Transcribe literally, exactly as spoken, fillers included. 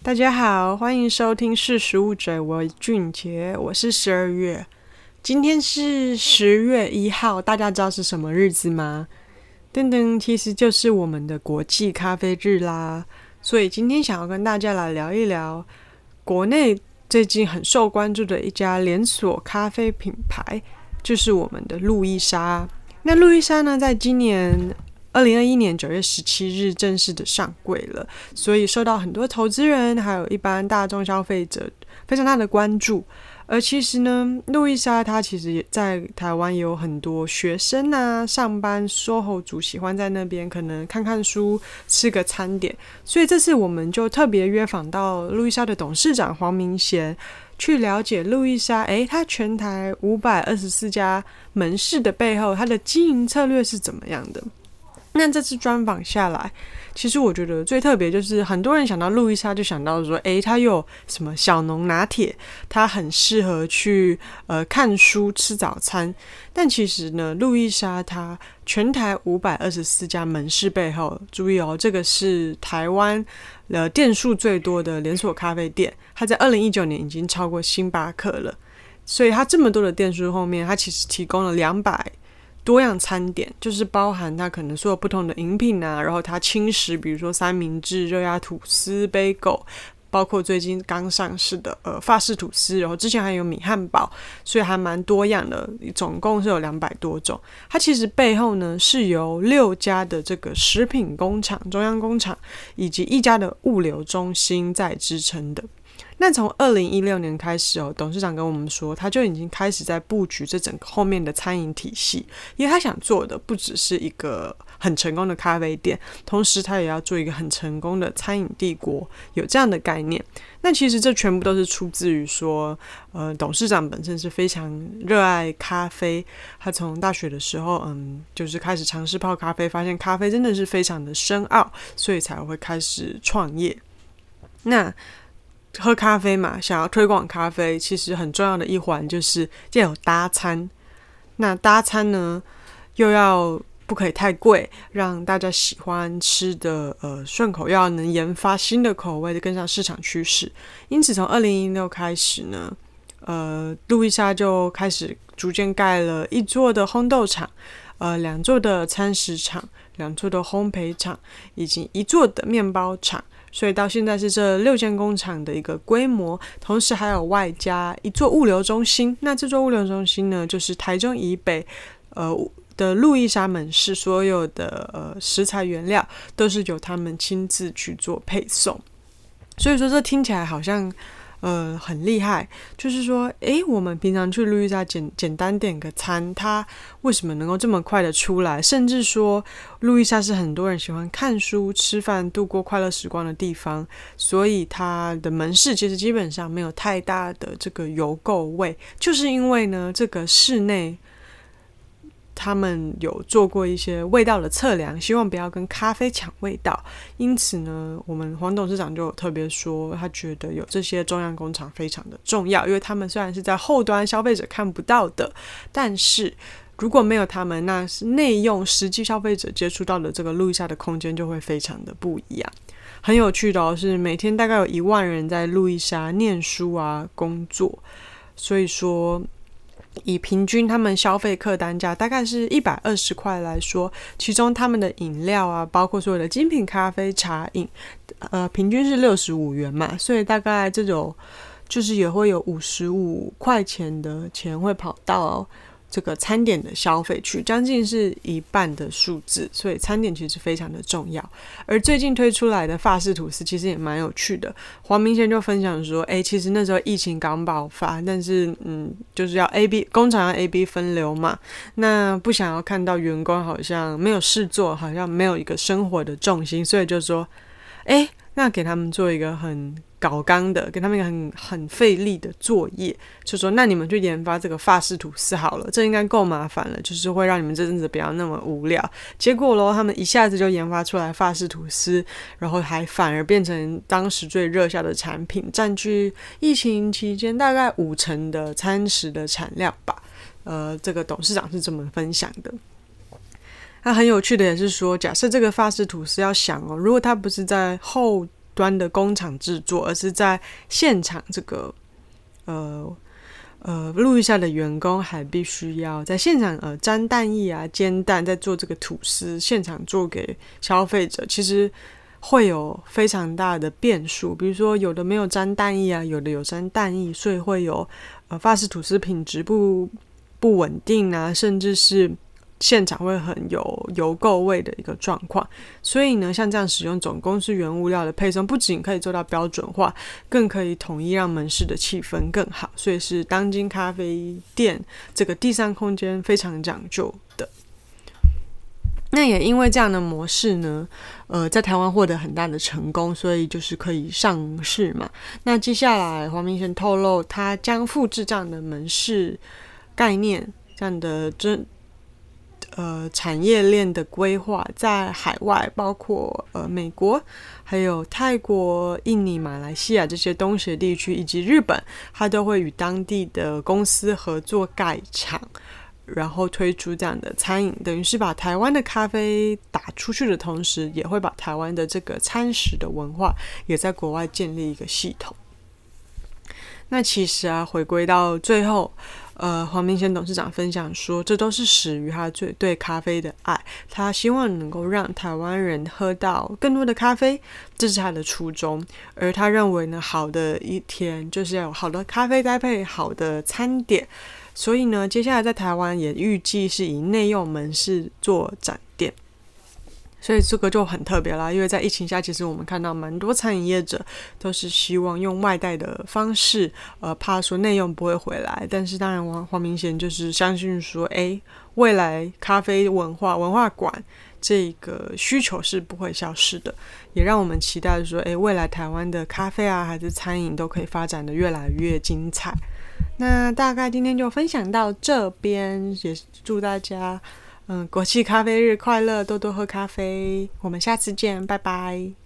大家好，欢迎收听识时务者为俊杰，我是十二月。今天是十月一号，大家知道是什么日子吗？噔噔，其实就是我们的国际咖啡日啦。所以今天想要跟大家来聊一聊国内最近很受关注的一家连锁咖啡品牌，就是我们的路易莎。那路易莎呢，在今年二零二一年九月十七日正式的上柜了，所以受到很多投资人还有一般大众消费者非常大的关注。而其实呢，路易莎它其实也在台湾也有很多学生啊，上班 S O H O 族喜欢在那边可能看看书，吃个餐点。所以这次我们就特别约访到路易莎的董事长黄明贤，去了解路易莎，诶，它全台五百二十四家门市的背后，它的经营策略是怎么样的？那这次专访下来，其实我觉得最特别就是很多人想到路易莎就想到说，诶，它有什么小农拿铁，它很适合去呃看书吃早餐。但其实呢，路易莎它全台五百二十四家门市背后，注意哦，这个是台湾呃店数最多的连锁咖啡店，它在二零一九年已经超过星巴克了。所以它这么多的店数后面，它其实提供了两百多样餐点，就是包含它可能所有不同的饮品啊，然后它轻食，比如说三明治、热压吐司、bagel，包括最近刚上市的呃法式吐司，然后之前还有米汉堡，所以还蛮多样的，总共是有两百多种。它其实背后呢是由六家的这个食品工厂、中央工厂以及一家的物流中心在支撑的。那从二零一六年开始哦，董事长跟我们说，他就已经开始在布局这整个后面的餐饮体系，因为他想做的不只是一个很成功的咖啡店，同时他也要做一个很成功的餐饮帝国，有这样的概念。那其实这全部都是出自于说，呃，董事长本身是非常热爱咖啡，他从大学的时候，嗯，就是开始尝试泡咖啡，发现咖啡真的是非常的深奥，所以才会开始创业。那喝咖啡嘛，想要推广咖啡，其实很重要的一环就是要有搭餐。那搭餐呢，又要不可以太贵，让大家喜欢吃的呃顺口，要能研发新的口味，跟上市场趋势。因此，从二零一六开始呢，呃，路易莎就开始逐渐盖了一座的烘豆厂，呃，两座的餐食厂，两座的烘焙厂，以及一座的面包厂。所以到现在是这六间工厂的一个规模，同时还有外加一座物流中心。那这座物流中心呢，就是台中以北呃的路易莎门市，所有的呃食材原料都是由他们亲自去做配送。所以说这听起来好像呃很厉害，就是说，诶，我们平常去路易莎简简单点个餐，它为什么能够这么快的出来？甚至说，路易莎是很多人喜欢看书、吃饭、度过快乐时光的地方，所以它的门市其实基本上没有太大的这个邮购味，就是因为呢，这个室内他们有做过一些味道的测量，希望不要跟咖啡抢味道。因此呢，我们黄董事长就有特别说，他觉得有这些中央工厂非常的重要，因为他们虽然是在后端消费者看不到的，但是如果没有他们，那是内用实际消费者接触到的这个路易莎的空间就会非常的不一样。很有趣的哦，是每天大概有一万人在路易莎念书啊、工作，所以说以平均他们消费客单价大概是一百二十块来说，其中他们的饮料啊，包括所有的精品咖啡、茶饮，呃，平均是六十五元嘛，所以大概这种就是也会有五十五块钱的钱会跑到这个餐点的消费去，将近是一半的数字，所以餐点其实非常的重要。而最近推出来的法式吐司其实也蛮有趣的，黄明贤就分享说，诶，其实那时候疫情刚爆发，但是嗯，就是要 A B 工厂要 A B 分流嘛，那不想要看到员工好像没有事做，好像没有一个生活的重心，所以就说，诶，那给他们做一个很搞纲的，给他们一个很很费力的作业，就说那你们去研发这个法式吐司好了，这应该够麻烦了，就是会让你们这阵子不要那么无聊。结果咯，他们一下子就研发出来法式吐司，然后还反而变成当时最热销的产品，占据疫情期间大概五成的餐食的产量吧。呃，这个董事长是这么分享的。那很有趣的也是说，假设这个法式吐司要想哦，如果它不是在后端的工厂制作，而是在现场这个呃呃录一下的员工还必须要在现场呃沾蛋液啊、煎蛋，再做这个吐司，现场做给消费者，其实会有非常大的变数。比如说有的没有沾蛋液啊，有的有沾蛋液，所以会有呃法式吐司品质不不稳定啊，甚至是现场会很有油垢味的一个状况。所以呢，像这样使用总公司原物料的配送，不仅可以做到标准化，更可以统一让门市的气氛更好，所以是当今咖啡店这个第三空间非常讲究的。那也因为这样的模式呢，呃，在台湾获得很大的成功，所以就是可以上市嘛。那接下来黄明贤透露，他将复制这样的门市概念，这样的真呃产业链的规划，在海外，包括呃美国、还有泰国、印尼、马来西亚这些东协地区，以及日本，他都会与当地的公司合作盖厂。然后推出这样的餐饮，等于是把台湾的咖啡打出去的同时，也会把台湾的这个餐食的文化也在国外建立一个系统。那其实啊，回归到最后，呃，黄明贤董事长分享说，这都是始于他最对咖啡的爱，他希望能够让台湾人喝到更多的咖啡，这是他的初衷。而他认为呢，好的一天就是要有好的咖啡搭配好的餐点。所以呢，接下来在台湾也预计是以内用门市做展店，所以这个就很特别啦。因为在疫情下，其实我们看到蛮多餐饮业者都是希望用外带的方式，呃，怕说内用不会回来。但是当然黄黄明贤就是相信说，诶，未来咖啡文化文化馆这个需求是不会消失的，也让我们期待说，诶，未来台湾的咖啡啊，还是餐饮都可以发展的越来越精彩。那大概今天就分享到这边，也祝大家嗯国际咖啡日快乐，多多喝咖啡，我们下次见，拜拜。